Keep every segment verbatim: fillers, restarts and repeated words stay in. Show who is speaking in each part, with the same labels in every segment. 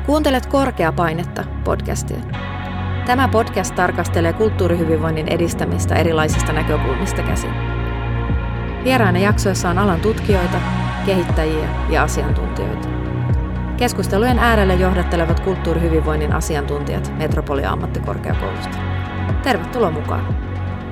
Speaker 1: Kuuntelet Korkeapainetta podcastia. Tämä podcast tarkastelee kulttuurihyvinvoinnin edistämistä erilaisista näkökulmista käsin. Vieraina jaksoissa on alan tutkijoita, kehittäjiä ja asiantuntijoita. Keskustelujen äärelle johdattelevat kulttuurihyvinvoinnin asiantuntijat Metropolia-ammattikorkeakoulusta. Tervetuloa mukaan!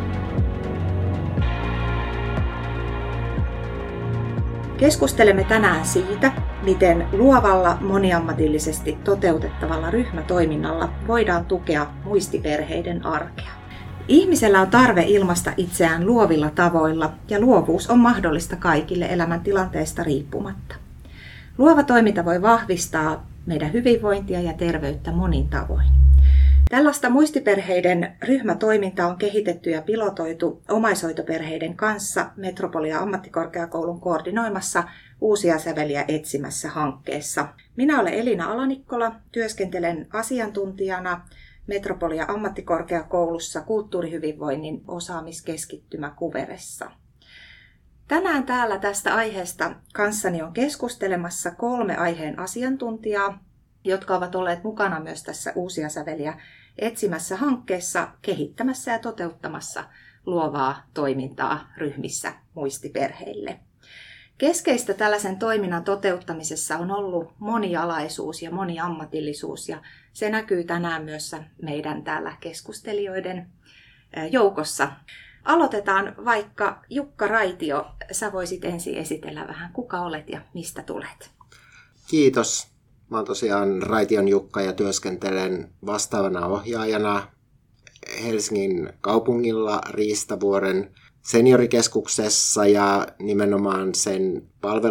Speaker 2: Keskustelemme tänään siitä, miten luovalla, moniammatillisesti toteutettavalla ryhmätoiminnalla voidaan tukea muistiperheiden arkea. Ihmisellä on tarve ilmaista itseään luovilla tavoilla, ja luovuus on mahdollista kaikille elämäntilanteesta riippumatta. Luova toiminta voi vahvistaa meidän hyvinvointia ja terveyttä monin tavoin. Tällaista muistiperheiden ryhmätoimintaa on kehitetty ja pilotoitu omaishoitoperheiden kanssa Metropolia-ammattikorkeakoulun koordinoimassa Uusia säveliä etsimässä hankkeessa. Minä olen Elina Alanikkola, työskentelen asiantuntijana Metropolia-ammattikorkeakoulussa kulttuurihyvinvoinnin osaamiskeskittymä Kuveressa. Tänään täällä tästä aiheesta kanssani on keskustelemassa kolme aiheen asiantuntijaa, jotka ovat olleet mukana myös tässä Uusia säveliä etsimässä hankkeessa kehittämässä ja toteuttamassa luovaa toimintaa ryhmissä muistiperheille. Keskeistä tällaisen toiminnan toteuttamisessa on ollut monialaisuus ja moniammatillisuus, ja se näkyy tänään myös meidän täällä keskustelijoiden joukossa. Aloitetaan vaikka Jukka Raitio. Sä voisit ensin esitellä vähän, kuka olet ja mistä tulet.
Speaker 3: Kiitos. Mä oon tosiaan Raition Jukka ja työskentelen vastaavana ohjaajana Helsingin kaupungilla Riistavuoren seniorikeskuksessa ja nimenomaan sen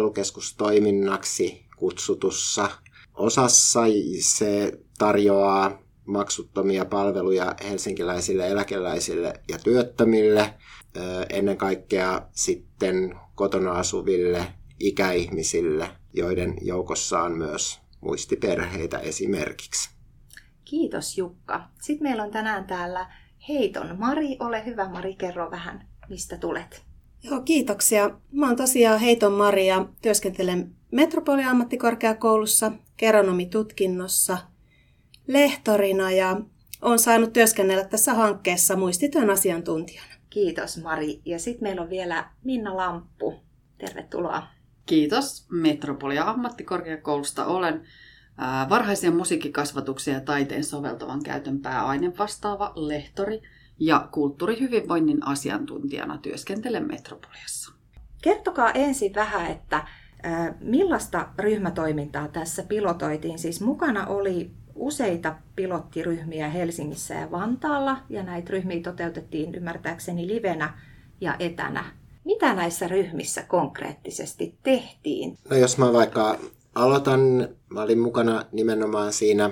Speaker 3: palvelukeskustoiminnaksi kutsutussa osassa. Se tarjoaa maksuttomia palveluja helsinkiläisille eläkeläisille ja työttömille, ennen kaikkea sitten kotona asuville ikäihmisille, joiden joukossa on myös muistiperheitä esimerkiksi.
Speaker 2: Kiitos Jukka. Sitten meillä on tänään täällä Heiton Mari. Ole hyvä Mari, kerro vähän, mistä tulet.
Speaker 4: Joo, kiitoksia. Mä oon tosiaan Heiton Mari ja työskentelen Metropolia-ammattikorkeakoulussa geronomitutkinnossa lehtorina ja oon saanut työskennellä tässä hankkeessa muistityön asiantuntijana.
Speaker 2: Kiitos Mari. Ja sitten meillä on vielä Minna Lamppu. Tervetuloa.
Speaker 5: Kiitos. Metropolia-ammattikorkeakoulusta olen ää, varhaisen musiikkikasvatuksen ja taiteen soveltavan käytön pääaine vastaava lehtori ja kulttuurihyvinvoinnin asiantuntijana työskentelen Metropoliassa.
Speaker 2: Kertokaa ensin vähän, että ää, millaista ryhmätoimintaa tässä pilotoitiin. Siis mukana oli useita pilottiryhmiä Helsingissä ja Vantaalla, ja näitä ryhmiä toteutettiin ymmärtääkseni livenä ja etänä. Mitä näissä ryhmissä konkreettisesti tehtiin?
Speaker 3: No jos mä vaikka aloitan, mä olin mukana nimenomaan siinä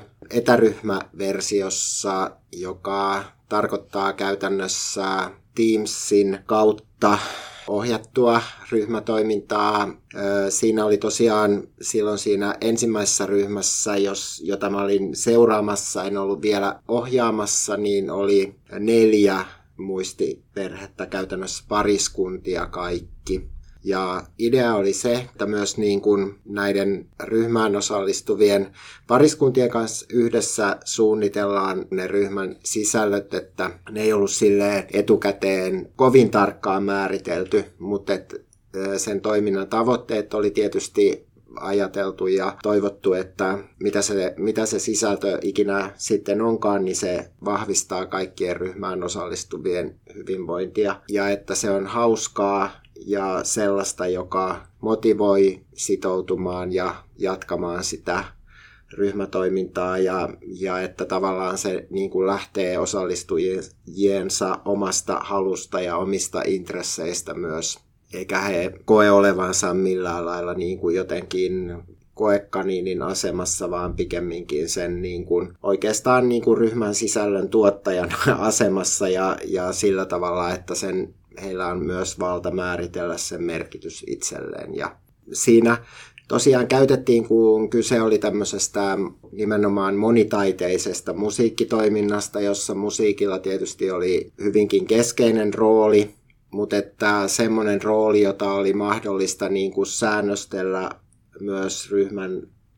Speaker 3: etäryhmäversiossa, joka tarkoittaa käytännössä Teamsin kautta ohjattua ryhmätoimintaa. Siinä oli tosiaan silloin siinä ensimmäisessä ryhmässä, jos, jota mä olin seuraamassa, en ollut vielä ohjaamassa, niin oli neljä muistiperhettä, käytännössä pariskuntia kaikki. Ja idea oli se, että myös niin kuin näiden ryhmään osallistuvien pariskuntien kanssa yhdessä suunnitellaan ne ryhmän sisällöt, että ne ei ollut silleen etukäteen kovin tarkkaan määritelty, mutta et sen toiminnan tavoitteet oli tietysti ajateltu ja toivottu, että mitä se, mitä se sisältö ikinä sitten onkaan, niin se vahvistaa kaikkien ryhmään osallistuvien hyvinvointia ja että se on hauskaa ja sellaista, joka motivoi sitoutumaan ja jatkamaan sitä ryhmätoimintaa ja, ja että tavallaan se niin kuin lähtee osallistujiensa omasta halusta ja omista intresseistä myös. Eikä he koe olevansa millään lailla niin kuin jotenkin koekaniinin asemassa, vaan pikemminkin sen niin kuin oikeastaan niin kuin ryhmän sisällön tuottajan asemassa ja, ja sillä tavalla, että sen, heillä on myös valta määritellä sen merkitys itselleen. Ja siinä tosiaan käytettiin, kun kyse oli tämmöisestä nimenomaan monitaiteisesta musiikkitoiminnasta, jossa musiikilla tietysti oli hyvinkin keskeinen rooli, mutta että semmoinen rooli, jota oli mahdollista niin kuin säännöstellä myös ryhmän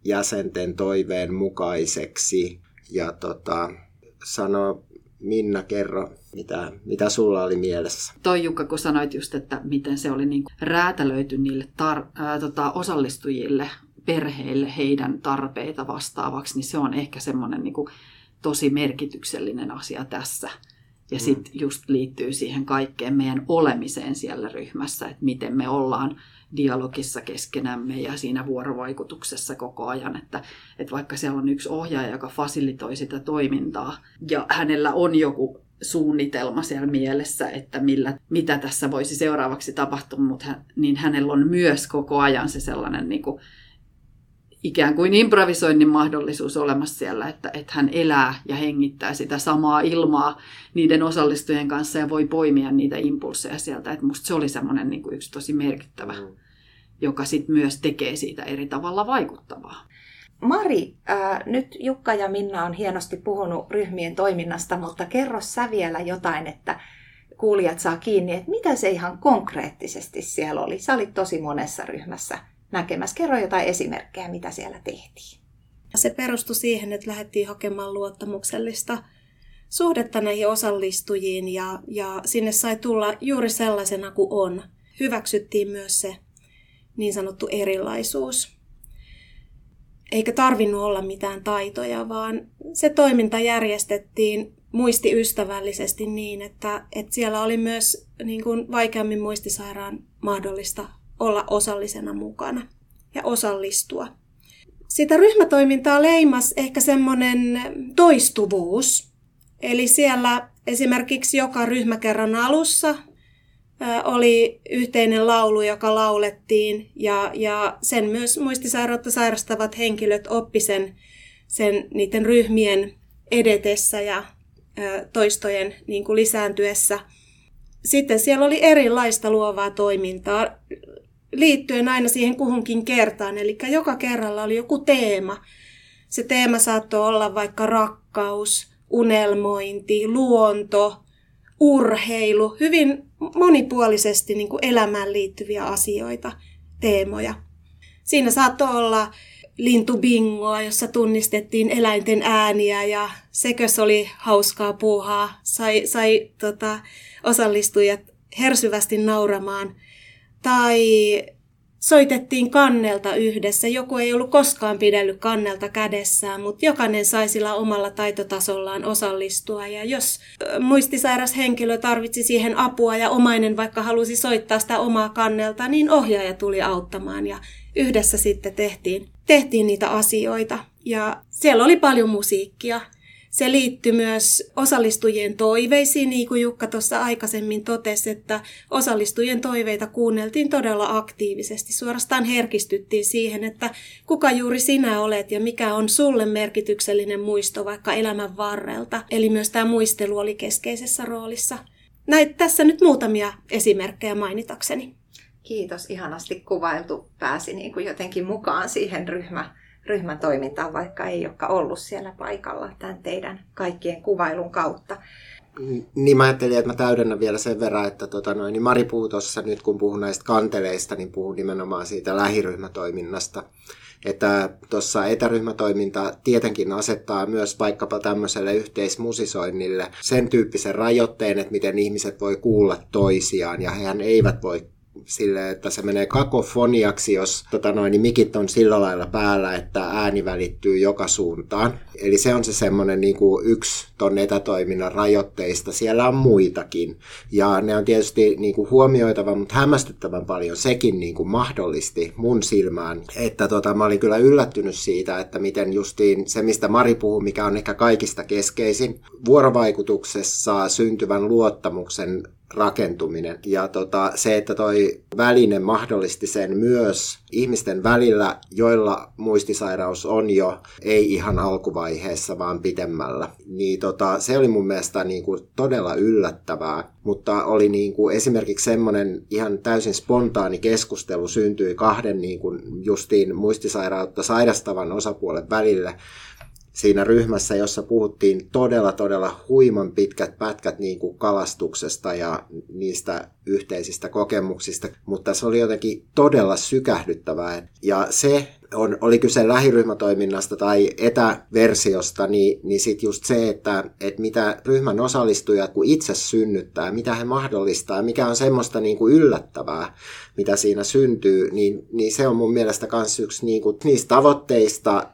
Speaker 3: jäsenten toiveen mukaiseksi. Ja tota, sano Minna, kerro, mitä, mitä sulla oli mielessä?
Speaker 5: Toi Jukka, kun sanoit just, että miten se oli niin kuin räätälöity niille tar- ää, tota, osallistujille, perheille, heidän tarpeita vastaavaksi, niin se on ehkä semmoinen niin kuin tosi merkityksellinen asia tässä. Ja mm. sitten just liittyy siihen kaikkeen meidän olemiseen siellä ryhmässä, että miten me ollaan dialogissa keskenämme ja siinä vuorovaikutuksessa koko ajan. Että, että vaikka siellä on yksi ohjaaja, joka fasilitoi sitä toimintaa ja hänellä on joku suunnitelma siellä mielessä, että millä, mitä tässä voisi seuraavaksi tapahtua, mutta hän, niin hänellä on myös koko ajan se sellainen niin kuin ikään kuin improvisoinnin mahdollisuus olemassa siellä, että, että hän elää ja hengittää sitä samaa ilmaa niiden osallistujien kanssa ja voi poimia niitä impulseja sieltä. Että musta se oli semmoinen niin kuin yksi tosi merkittävä, mm. joka sitten myös tekee siitä eri tavalla vaikuttavaa.
Speaker 2: Mari, äh, nyt Jukka ja Minna on hienosti puhunut ryhmien toiminnasta, mutta kerro sä vielä jotain, että kuulijat saa kiinni, että mitä se ihan konkreettisesti siellä oli. Sä olit tosi monessa ryhmässä näkemässä. Kerro jotain esimerkkejä, mitä siellä tehtiin.
Speaker 4: Se perustui siihen, että lähdettiin hakemaan luottamuksellista suhdetta näihin osallistujiin ja, ja sinne sai tulla juuri sellaisena kuin on. Hyväksyttiin myös se niin sanottu erilaisuus. Eikä tarvinnut olla mitään taitoja, vaan se toiminta järjestettiin muistiystävällisesti niin, että, että siellä oli myös niin kuin vaikeammin muistisairaan mahdollista olla osallisena mukana ja osallistua. Sitä ryhmätoimintaa leimas ehkä semmoinen toistuvuus. Eli siellä esimerkiksi joka ryhmäkerran alussa oli yhteinen laulu, joka laulettiin ja, ja sen myös muistisairautta sairastavat henkilöt oppi sen, sen niiden ryhmien edetessä ja toistojen niin kuin lisääntyessä. Sitten siellä oli erilaista luovaa toimintaa liittyen aina siihen kuhunkin kertaan. Eli joka kerralla oli joku teema. Se teema saattoi olla vaikka rakkaus, unelmointi, luonto, urheilu. Hyvin monipuolisesti niin kuin elämään liittyviä asioita, teemoja. Siinä saattoi olla lintubingoa, jossa tunnistettiin eläinten ääniä ja sekös oli hauskaa puuhaa. Sai, sai tota, osallistujat hersyvästi nauramaan. Tai soitettiin kannelta yhdessä. Joku ei ollut koskaan pidellyt kannelta kädessään, mutta jokainen sai sillä omalla taitotasollaan osallistua. Ja jos muistisairas henkilö tarvitsi siihen apua ja omainen vaikka halusi soittaa sitä omaa kannelta, niin ohjaaja tuli auttamaan ja yhdessä sitten tehtiin, tehtiin niitä asioita. Ja siellä oli paljon musiikkia. Se liittyi myös osallistujien toiveisiin, niin kuin Jukka tuossa aikaisemmin totesi, että osallistujien toiveita kuunneltiin todella aktiivisesti. Suorastaan herkistyttiin siihen, että kuka juuri sinä olet ja mikä on sulle merkityksellinen muisto vaikka elämän varrelta. Eli myös tämä muistelu oli keskeisessä roolissa. Näitä tässä nyt muutamia esimerkkejä mainitakseni.
Speaker 2: Kiitos, ihanasti kuvailtu. Pääsi niin kuin jotenkin mukaan siihen ryhmään. ryhmän toimintaan, vaikka ei olekaan ollut siellä paikalla tämän teidän kaikkien kuvailun kautta.
Speaker 3: Niin mä ajattelin, että mä täydennän vielä sen verran, että tota noin, niin Mari puhui tuossa nyt, kun puhun näistä kanteleista, niin puhun nimenomaan siitä lähiryhmätoiminnasta. Että tuossa etäryhmätoiminta tietenkin asettaa myös vaikkapa tämmöiselle yhteismusisoinnille sen tyyppisen rajoitteen, että miten ihmiset voi kuulla toisiaan ja hehän eivät voi sille, että se menee kakofoniaksi, jos tota noin, niin mikit on sillä lailla päällä, että ääni välittyy joka suuntaan. Eli se on se semmoinen niin kuin yksi ton etätoiminnan rajoitteista. Siellä on muitakin. Ja ne on tietysti niin kuin huomioitava, mutta hämmästyttävän paljon sekin niin kuin mahdollisti mun silmään. Että tota, mä olin kyllä yllättynyt siitä, että miten justiin se, mistä Mari puhui, mikä on ehkä kaikista keskeisin, vuorovaikutuksessa syntyvän luottamuksen rakentuminen. Ja tota, se, että toi väline mahdollisti sen myös ihmisten välillä, joilla muistisairaus on jo ei ihan alkuvaiheessa, vaan pitemmällä. Niin tota, se oli mun mielestä niinku todella yllättävää, mutta oli niinku esimerkiksi semmoinen ihan täysin spontaani keskustelu syntyi kahden niinku justiin muistisairautta sairastavan osapuolen välille, siinä ryhmässä, jossa puhuttiin todella, todella huiman pitkät pätkät niin kuin kalastuksesta ja niistä yhteisistä kokemuksista, mutta se oli jotenkin todella sykähdyttävää. Ja se on, oli kyse lähiryhmätoiminnasta tai etäversiosta, niin, niin sitten just se, että, että mitä ryhmän osallistujat kun itse synnyttää, mitä he mahdollistaa, mikä on semmoista niin kuin yllättävää, mitä siinä syntyy, niin, niin se on mun mielestä myös yksi niin kuin niistä tavoitteista,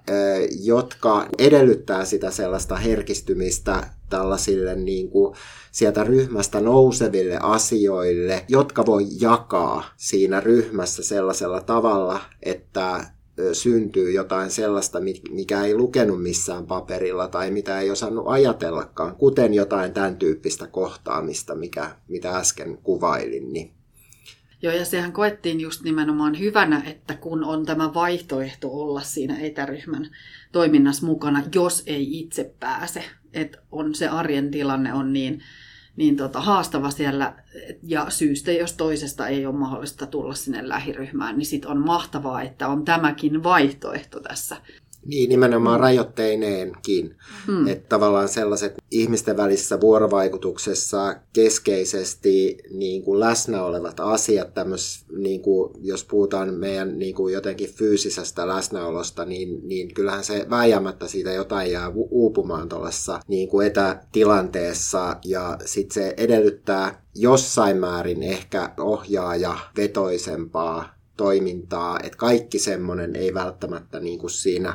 Speaker 3: jotka edellyttää sitä sellaista herkistymistä tällaisille niin kuin sieltä ryhmästä nouseville asioille, jotka voi jakaa siinä ryhmässä sellaisella tavalla, että syntyy jotain sellaista, mikä ei lukenut missään paperilla tai mitä ei osannut ajatellakaan, kuten jotain tämän tyyppistä kohtaamista, mikä, mitä äsken kuvailin. Niin.
Speaker 5: Joo, ja sehän koettiin just nimenomaan hyvänä, että kun on tämä vaihtoehto olla siinä etäryhmän toiminnassa mukana, jos ei itse pääse, että on se arjen tilanne on niin, niin tota, haastava siellä ja syystä, jos toisesta ei ole mahdollista tulla sinne lähiryhmään, niin sitten on mahtavaa, että on tämäkin vaihtoehto tässä.
Speaker 3: Niin, nimenomaan mm. rajoitteineenkin. Mm. Että tavallaan sellaiset ihmisten välisessä vuorovaikutuksessa keskeisesti niin kuin läsnä olevat asiat, tämmöis, niin kuin, jos puhutaan meidän niin kuin jotenkin fyysisestä läsnäolosta, niin, niin kyllähän se vääjäämättä siitä jotain jää uupumaan tuollaisessa niin kuin etätilanteessa. Ja sitten se edellyttää jossain määrin ehkä ohjaaja-vetoisempaa toimintaa, että kaikki semmoinen ei välttämättä niin kuin siinä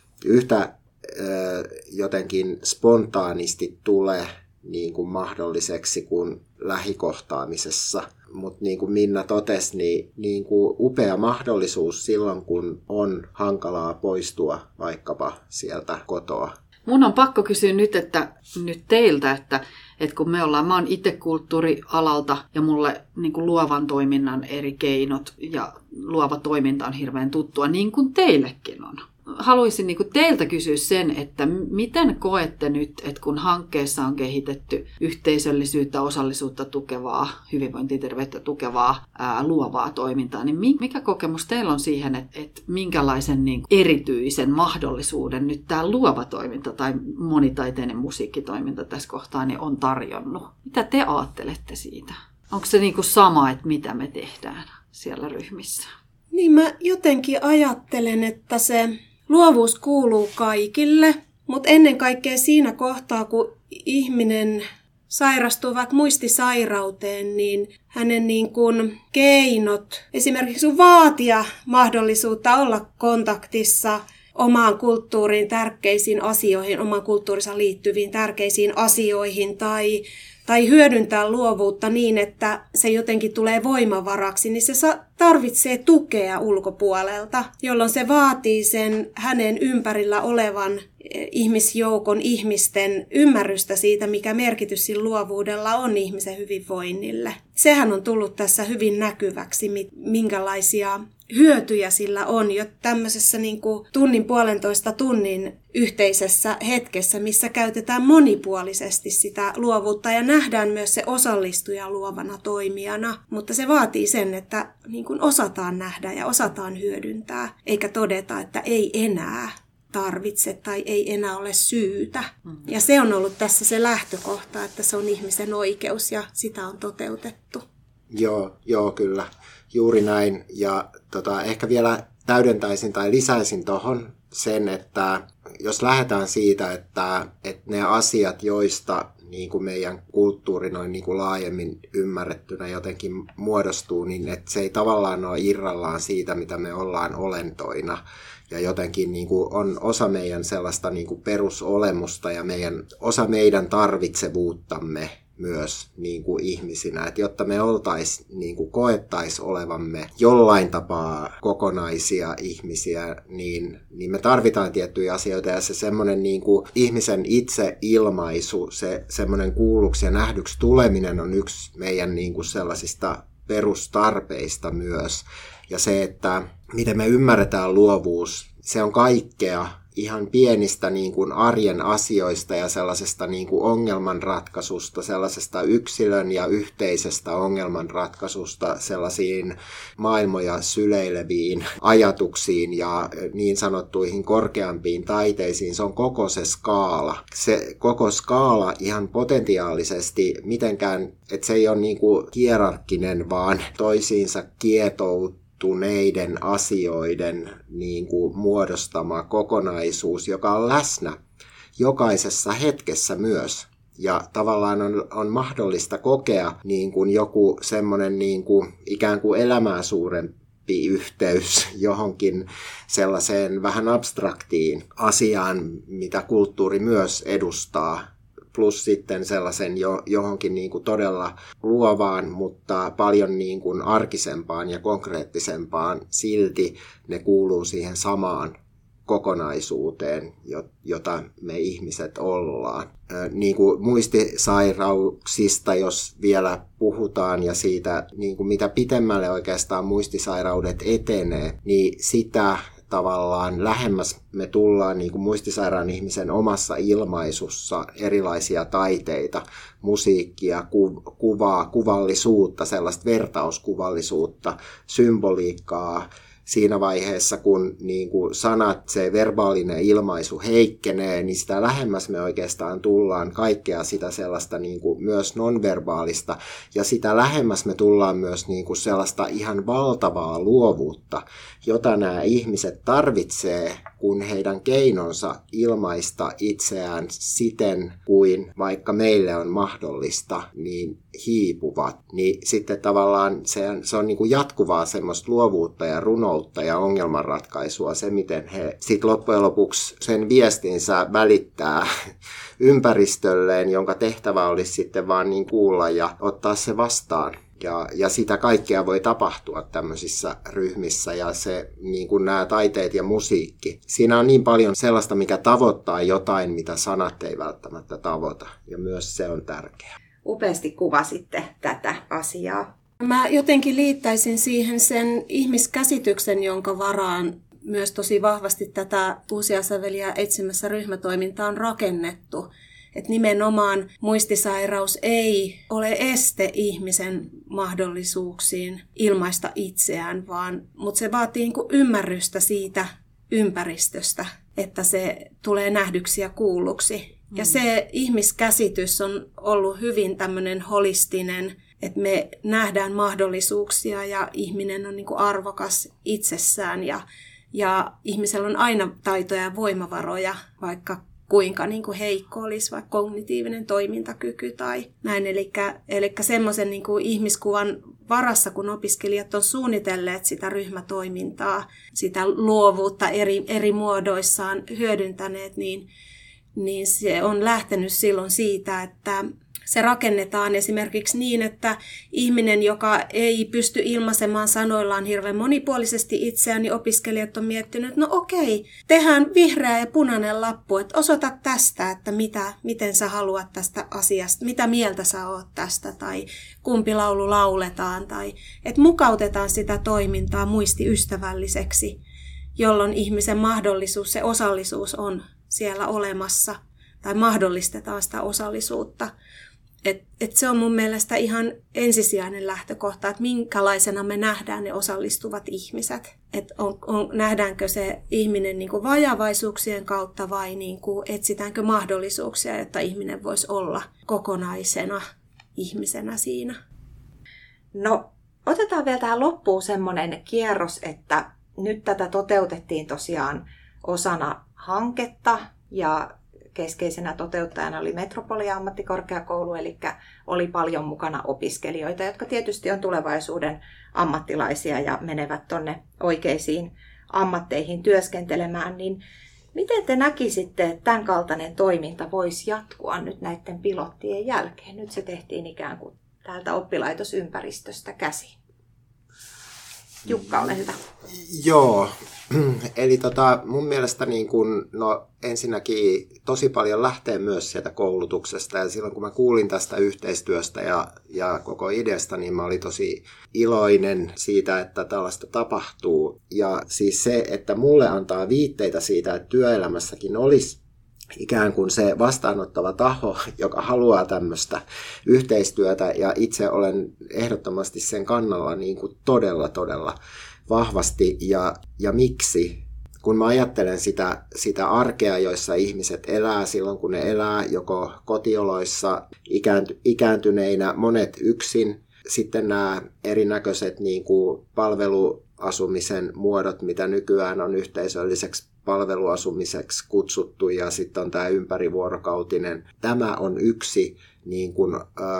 Speaker 3: yhtä ö, jotenkin spontaanisti tule niin kuin mahdolliseksi kuin lähikohtaamisessa. Mutta niin kuin Minna totesi, niin, niin kuin upea mahdollisuus silloin, kun on hankalaa poistua vaikkapa sieltä kotoa.
Speaker 5: Mun on pakko kysyä nyt, että, nyt teiltä, että, että kun me ollaan, mä oon itse kulttuurialalta ja mulle niin kuin luovan toiminnan eri keinot ja luova toiminta on hirveän tuttua, niin kuin teillekin on. Haluaisin niin kuin teiltä kysyä sen, että miten koette nyt, että kun hankkeessa on kehitetty yhteisöllisyyttä, osallisuutta tukevaa, hyvinvointiterveyttä tukevaa, ää, luovaa toimintaa, niin mikä kokemus teillä on siihen, että, että minkälaisen niin kuin erityisen mahdollisuuden nyt tämä luova toiminta tai monitaiteinen musiikkitoiminta tässä kohtaa niin on tarjonnut? Mitä te ajattelette siitä? Onko se niin kuin sama, että mitä me tehdään siellä ryhmissä?
Speaker 4: Niin mä jotenkin ajattelen, että se luovuus kuuluu kaikille, mutta ennen kaikkea siinä kohtaa, kun ihminen sairastuu vaikka muistisairauteen, niin hänen niin kuin keinot, esimerkiksi vaatia mahdollisuutta olla kontaktissa omaan kulttuuriin tärkeisiin asioihin, omaan kulttuurinsa liittyviin tärkeisiin asioihin tai tai hyödyntää luovuutta niin, että se jotenkin tulee voimavaraksi, niin se tarvitsee tukea ulkopuolelta, jolloin se vaatii sen hänen ympärillä olevan ihmisjoukon ihmisten ymmärrystä siitä, mikä merkitys sillä luovuudella on ihmisen hyvinvoinnille. Sehän on tullut tässä hyvin näkyväksi, minkälaisia hyötyjä sillä on jo tämmöisessä niin kuin tunnin puolentoista tunnin yhteisessä hetkessä, missä käytetään monipuolisesti sitä luovuutta ja nähdään myös se osallistuja luovana toimijana, mutta se vaatii sen, että niin kuin osataan nähdä ja osataan hyödyntää, eikä todeta, että ei enää tarvitse tai ei enää ole syytä. Ja se on ollut tässä se lähtökohta, että se on ihmisen oikeus ja sitä on toteutettu.
Speaker 3: Joo, joo kyllä. Juuri näin. Ja tota, ehkä vielä täydentäisin tai lisäisin tuohon sen, että jos lähdetään siitä, että, että ne asiat, joista niin kuin meidän kulttuuri noin niin kuin laajemmin ymmärrettynä jotenkin muodostuu, niin että se ei tavallaan ole irrallaan siitä, mitä me ollaan olentoina. Ja jotenkin niin kuin on osa meidän sellaista niin kuin perusolemusta ja meidän, osa meidän tarvitsevuuttamme myös niin kuin ihmisinä, että jotta me oltais, niin kuin koettais olevamme jollain tapaa kokonaisia ihmisiä, niin, niin me tarvitaan tiettyjä asioita ja se semmoinen niin kuin ihmisen itseilmaisu, se semmoinen kuulluksi ja nähdyksi tuleminen on yksi meidän niin kuin sellaisista perustarpeista myös. Ja se, että miten me ymmärretään luovuus, se on kaikkea ihan pienistä niin kuin arjen asioista ja sellaisesta niin kuin ongelmanratkaisusta, sellaisesta yksilön ja yhteisestä ongelmanratkaisusta sellaisiin maailmoja syleileviin ajatuksiin ja niin sanottuihin korkeampiin taiteisiin. Se on koko se skaala. Se koko skaala ihan potentiaalisesti mitenkään, että se ei ole niin kuin hierarkkinen, vaan toisiinsa kietoutuu sekoittuneiden asioiden niin kuin muodostama kokonaisuus, joka on läsnä jokaisessa hetkessä myös. Ja tavallaan on, on mahdollista kokea niin kuin joku semmoinen niin kuin ikään kuin elämää suurempi yhteys johonkin sellaiseen vähän abstraktiin asiaan, mitä kulttuuri myös edustaa. Plus sitten sellaisen jo, johonkin niin kuin todella luovaan, mutta paljon niin kuin arkisempaan ja konkreettisempaan. Silti ne kuuluu siihen samaan kokonaisuuteen, jota me ihmiset ollaan. Niin kuin muistisairauksista, jos vielä puhutaan ja siitä, niin kuin mitä pitemmälle oikeastaan muistisairaudet etenee, niin sitä tavallaan lähemmäs me tullaan niin kuin muistisairaan ihmisen omassa ilmaisussa erilaisia taiteita, musiikkia, ku, kuvaa, kuvallisuutta, sellaista vertauskuvallisuutta, symboliikkaa. Siinä vaiheessa, kun niin kuin sanat, se verbaalinen ilmaisu heikkenee, niin sitä lähemmäs me oikeastaan tullaan kaikkea sitä sellaista niin kuin myös nonverbaalista. Ja sitä lähemmäs me tullaan myös niin kuin sellaista ihan valtavaa luovuutta, jota nämä ihmiset tarvitsee, kun heidän keinonsa ilmaista itseään siten kuin vaikka meille on mahdollista, niin hiipuvat. Niin sitten tavallaan se, se on niin kuin jatkuvaa semmoista luovuutta ja runoutta ja ongelmanratkaisua, se miten he sitten loppujen lopuksi sen viestinsä välittää ympäristölleen, jonka tehtävä olisi sitten vaan niin kuulla ja ottaa se vastaan. Ja, ja sitä kaikkea voi tapahtua tämmöisissä ryhmissä ja se, niin kuin nämä taiteet ja musiikki. Siinä on niin paljon sellaista, mikä tavoittaa jotain, mitä sanat ei välttämättä tavoita. Ja myös se on tärkeää.
Speaker 2: Upeasti kuvasitte tätä asiaa.
Speaker 4: Mä jotenkin liittäisin siihen sen ihmiskäsityksen, jonka varaan myös tosi vahvasti tätä Uusia säveliä etsimässä ryhmätoimintaa on rakennettu. Että nimenomaan muistisairaus ei ole este ihmisen mahdollisuuksiin ilmaista itseään, vaan, mutta se vaatii niin kuin ymmärrystä siitä ympäristöstä, että se tulee nähdyksi ja kuulluksi. Mm. Ja se ihmiskäsitys on ollut hyvin tämmöinen holistinen, että me nähdään mahdollisuuksia ja ihminen on niin kuin arvokas itsessään ja, ja ihmisellä on aina taitoja ja voimavaroja, vaikka kuinka niin kuin heikko olisi vaikka kognitiivinen toimintakyky tai näin. Eli, eli semmoisen niin kuin ihmiskuvan varassa, kun opiskelijat on suunnitelleet sitä ryhmätoimintaa, sitä luovuutta eri, eri muodoissaan hyödyntäneet, niin, niin se on lähtenyt silloin siitä, että se rakennetaan esimerkiksi niin, että ihminen, joka ei pysty ilmaisemaan sanoillaan hirveän monipuolisesti itseään, niin opiskelijat on miettinyt, että no okei, tehdään vihreä ja punainen lappu, että osoita tästä, että mitä, miten sä haluat tästä asiasta, mitä mieltä sä oot tästä, tai kumpi laulu lauletaan, tai että mukautetaan sitä toimintaa muistiystävälliseksi, jolloin ihmisen mahdollisuus, se osallisuus on siellä olemassa, tai mahdollistetaan sitä osallisuutta. Et, et se on mun mielestä ihan ensisijainen lähtökohta, että minkälaisena me nähdään ne osallistuvat ihmiset. Et on, on, nähdäänkö se ihminen niin kuin vajavaisuuksien kautta vai niin kuin etsitäänkö mahdollisuuksia, jotta ihminen voisi olla kokonaisena ihmisenä siinä.
Speaker 2: No, otetaan vielä tähän loppuun semmoinen kierros, että nyt tätä toteutettiin tosiaan osana hanketta ja keskeisenä toteuttajana oli Metropolia-ammattikorkeakoulu, eli oli paljon mukana opiskelijoita, jotka tietysti on tulevaisuuden ammattilaisia ja menevät tuonne oikeisiin ammatteihin työskentelemään. Niin miten te näkisitte, että tämän kaltainen toiminta voisi jatkua nyt näiden pilottien jälkeen? Nyt se tehtiin ikään kuin täältä oppilaitosympäristöstä käsin. Jukka, ole hyvä.
Speaker 3: Joo, eli tota, mun mielestä niin kun, no, ensinnäkin tosi paljon lähtee myös sieltä koulutuksesta ja silloin kun mä kuulin tästä yhteistyöstä ja, ja koko ideasta, niin mä olin tosi iloinen siitä, että tällaista tapahtuu. Ja siis se, että mulle antaa viitteitä siitä, että työelämässäkin olisi ikään kuin se vastaanottava taho, joka haluaa tämmöistä yhteistyötä ja itse olen ehdottomasti sen kannalla niin kuin todella, todella vahvasti. Ja, ja miksi? Kun mä ajattelen sitä, sitä arkea, joissa ihmiset elää silloin, kun ne elää joko kotioloissa ikäänty, ikääntyneinä, monet yksin, Sitten nämä erinäköiset niin kuin palveluasumisen muodot, mitä nykyään on yhteisölliseksi palveluasumiseksi kutsuttu, ja sitten on tämä ympärivuorokautinen. Tämä on yksi niin kuin, ä,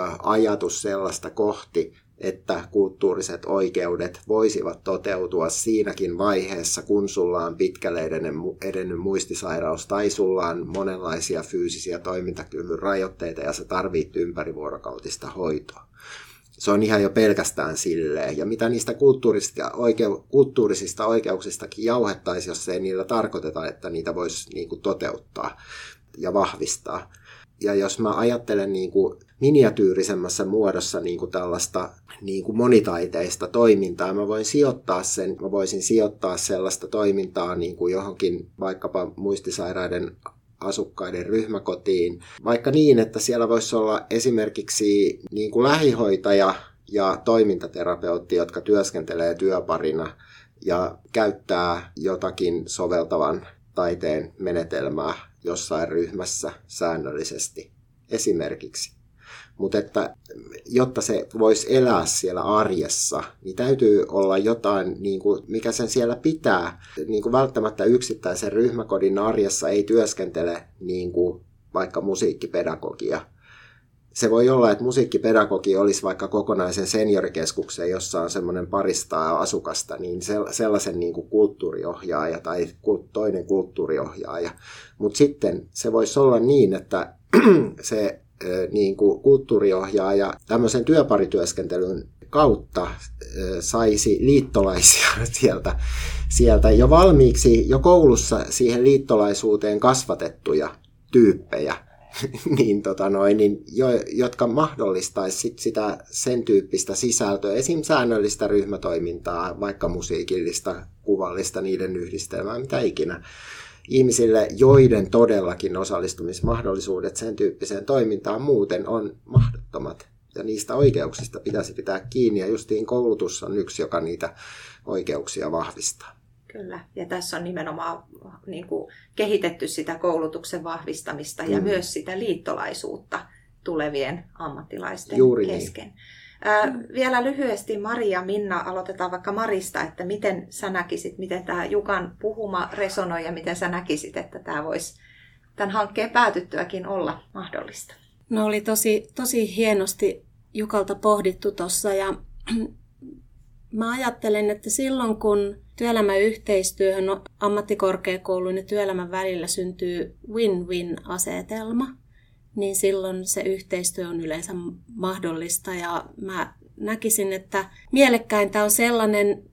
Speaker 3: ajatus sellaista kohti, että kulttuuriset oikeudet voisivat toteutua siinäkin vaiheessa, kun sulla on pitkälle edennyt muistisairaus tai sulla on monenlaisia fyysisiä toimintakyvyn rajoitteita ja sä tarvitset ympärivuorokautista hoitoa. Se on ihan jo pelkästään silleen. Ja mitä niistä kulttuurisista, oikeu- kulttuurisista oikeuksistakin jauhettaisiin, jos ei niillä tarkoiteta, että niitä voisi niin kuin toteuttaa ja vahvistaa. Ja jos mä ajattelen niin kuin miniatyyrisemmässä muodossa niin kuin tällaista niin kuin monitaiteista toimintaa, mä voin sijoittaa sen, mä voisin sijoittaa sellaista toimintaa niin kuin johonkin vaikkapa muistisairaiden asukkaiden ryhmäkotiin, vaikka niin, että siellä voisi olla esimerkiksi niin kuin lähihoitaja ja toimintaterapeutti, jotka työskentelee työparina ja käyttää jotakin soveltavan taiteen menetelmää jossain ryhmässä säännöllisesti esimerkiksi. Mutta että jotta se voisi elää siellä arjessa, niin täytyy olla jotain, niin kuin, mikä sen siellä pitää. Niin kuin välttämättä yksittäisen ryhmäkodin arjessa ei työskentele niin kuin vaikka musiikkipedagogia. Se voi olla, että musiikkipedagogi olisi vaikka kokonaisen seniorikeskuksen, jossa on semmoinen parista asukasta, niin sellaisen niin kuin kulttuuriohjaaja tai toinen kulttuuriohjaaja. Mutta sitten se voisi olla niin, että se niin kuin kulttuuriohjaaja tämmöisen työparityöskentelyn kautta saisi liittolaisia sieltä, sieltä jo valmiiksi jo koulussa siihen liittolaisuuteen kasvatettuja tyyppejä, niin, tota noin, niin jo, jotka mahdollistaisi sit sitä sen tyyppistä sisältöä, esim. Säännöllistä ryhmätoimintaa, vaikka musiikillista, kuvallista, niiden yhdistelmää, mitä ikinä. Ihmisille, joiden todellakin osallistumismahdollisuudet sen tyyppiseen toimintaan muuten on mahdottomat. Ja niistä oikeuksista pitäisi pitää kiinni, ja justiin koulutus on yksi, joka niitä oikeuksia vahvistaa.
Speaker 2: Kyllä, ja tässä on nimenomaan niin kuin, kehitetty sitä koulutuksen vahvistamista ja mm. myös sitä liittolaisuutta tulevien ammattilaisten
Speaker 3: Juuri
Speaker 2: kesken.
Speaker 3: Niin.
Speaker 2: Ää, vielä lyhyesti Mari ja Minna, aloitetaan vaikka Marista, että miten sä näkisit, miten tämä Jukan puhuma resonoi ja miten sä näkisit, että tämä voisi tämän hankkeen päätyttyäkin olla mahdollista.
Speaker 4: No oli tosi, tosi hienosti Jukalta pohdittu tuossa ja mä ajattelen, että silloin kun työelämäyhteistyöhön ammattikorkeakoulun ja työelämän välillä syntyy win-win-asetelma, niin silloin se yhteistyö on yleensä mahdollista. Ja mä näkisin, että mielekkäintä on sellainen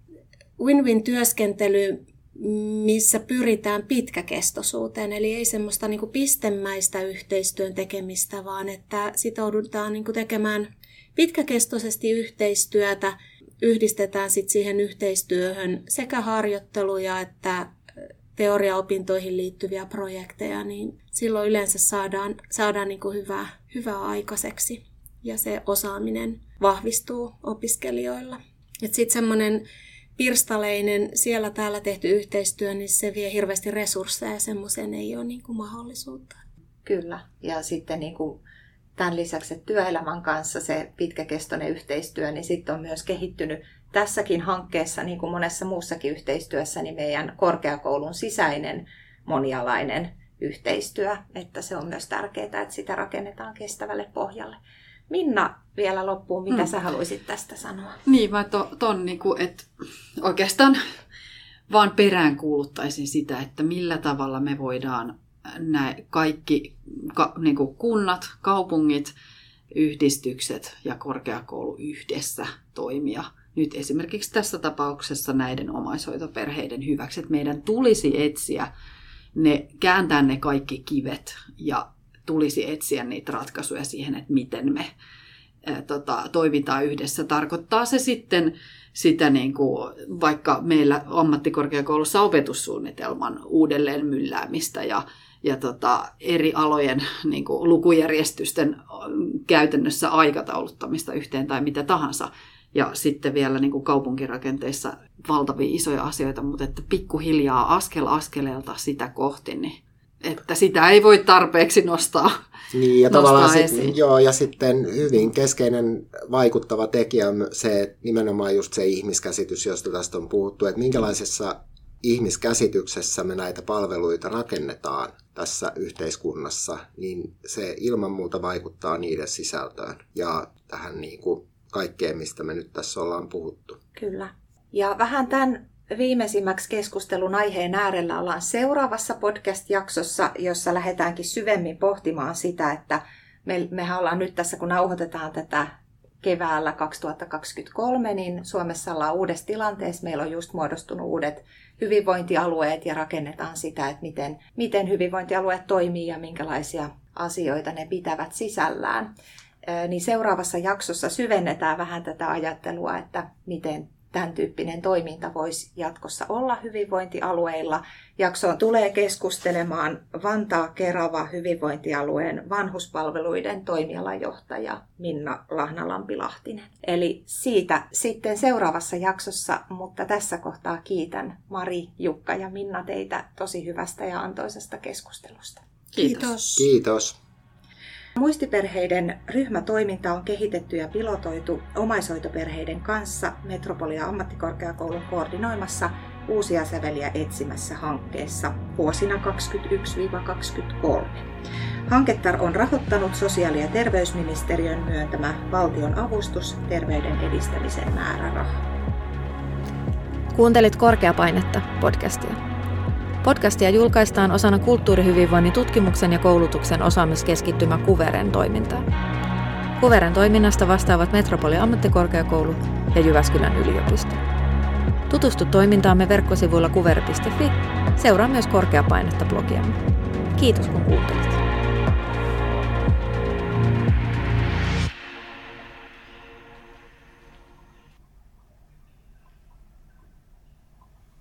Speaker 4: win-win-työskentely, missä pyritään pitkäkestoisuuteen. Eli ei semmoista niin kuin pistemäistä yhteistyön tekemistä, vaan että sitoudutaan niin kuin tekemään pitkäkestoisesti yhteistyötä. Yhdistetään sit siihen yhteistyöhön sekä harjoitteluja että teoriaopintoihin liittyviä projekteja, niin silloin yleensä saadaan, saadaan niin kuin hyvää, hyvää aikaiseksi ja se osaaminen vahvistuu opiskelijoilla. Sitten semmoinen pirstaleinen siellä täällä tehty yhteistyö, niin se vie hirveästi resursseja ja semmoiseen ei ole niin kuin mahdollisuutta.
Speaker 2: Kyllä, ja sitten niin kuin tämän lisäksi että työelämän kanssa se pitkäkestoinen yhteistyö, niin sitten on myös kehittynyt tässäkin hankkeessa, niin kuin monessa muussakin yhteistyössä, niin meidän korkeakoulun sisäinen monialainen yhteistyö, että se on myös tärkeää, että sitä rakennetaan kestävälle pohjalle. Minna, vielä loppuun, mitä hmm. sä haluaisit tästä sanoa?
Speaker 5: Niin, mä to, ton, niin kuin, että oikeastaan vaan peräänkuuluttaisin sitä, että millä tavalla me voidaan nämä kaikki ka, niin kuin kunnat, kaupungit, yhdistykset ja korkeakoulu yhdessä toimia. Nyt esimerkiksi tässä tapauksessa näiden omaishoitoperheiden hyväksi, että meidän tulisi etsiä, ne, kääntää ne kaikki kivet ja tulisi etsiä niitä ratkaisuja siihen, että miten me ää, tota, toimitaan yhdessä. Tarkoittaa se sitten sitä, niin kuin, vaikka meillä ammattikorkeakoulussa opetussuunnitelman uudelleen mylläämistä ja ja tota, eri alojen niin kuin, lukujärjestysten käytännössä aikatauluttamista yhteen tai mitä tahansa. Ja sitten vielä niin kuin kaupunkirakenteissa valtavia isoja asioita, mutta että pikkuhiljaa askel askeleelta sitä kohti, niin että sitä ei voi tarpeeksi nostaa.
Speaker 3: Niin, ja tavallaan
Speaker 5: esiin.
Speaker 3: sit, joo, ja sitten hyvin keskeinen vaikuttava tekijä on se, että nimenomaan just se ihmiskäsitys, josta tästä on puhuttu, että minkälaisessa ihmiskäsityksessä me näitä palveluita rakennetaan tässä yhteiskunnassa, niin se ilman muuta vaikuttaa niiden sisältöön ja tähän niin kuin kaikkeen, mistä me nyt tässä ollaan puhuttu.
Speaker 2: Kyllä. Ja vähän tämän viimeisimmäksi keskustelun aiheen äärellä ollaan seuraavassa podcast-jaksossa, jossa lähdetäänkin syvemmin pohtimaan sitä, että me, mehän ollaan nyt tässä, kun nauhoitetaan tätä keväällä kaksituhattakaksikymmentäkolme, niin Suomessa ollaan uudessa tilanteessa. Meillä on just muodostunut uudet hyvinvointialueet ja rakennetaan sitä, että miten, miten hyvinvointialueet toimii ja minkälaisia asioita ne pitävät sisällään. Niin seuraavassa jaksossa syvennetään vähän tätä ajattelua, että miten tämän tyyppinen toiminta voisi jatkossa olla hyvinvointialueilla. Jaksoon tulee keskustelemaan Vantaa-Kerava hyvinvointialueen vanhuspalveluiden toimialajohtaja Minna Lahnalampi-Lahtinen. Eli siitä sitten seuraavassa jaksossa, mutta tässä kohtaa kiitän Mari, Jukka ja Minna teitä tosi hyvästä ja antoisesta keskustelusta.
Speaker 4: Kiitos.
Speaker 3: Kiitos.
Speaker 2: Muistiperheiden ryhmätoiminta on kehitetty ja pilotoitu omaishoitoperheiden kanssa Metropolia ammattikorkeakoulun koordinoimassa Uusia säveliä etsimässä hankkeessa vuosina kaksikymmentäyksi kaksikymmentäkolme. Hanketta on rahoittanut sosiaali- ja terveysministeriön myöntämä valtion avustus terveyden edistämisen määräraha.
Speaker 1: Kuuntelit Korkeapainetta podcastia. Podcastia julkaistaan osana kulttuurihyvinvoinnin tutkimuksen ja koulutuksen osaamiskeskittymä Kuveren toimintaa. Kuveren toiminnasta vastaavat Metropolia ammattikorkeakoulu ja Jyväskylän yliopisto. Tutustu toimintaamme verkkosivuilla kuver piste fi. Seuraa myös Korkeapainetta blogiamme. Kiitos kun kuuntelit.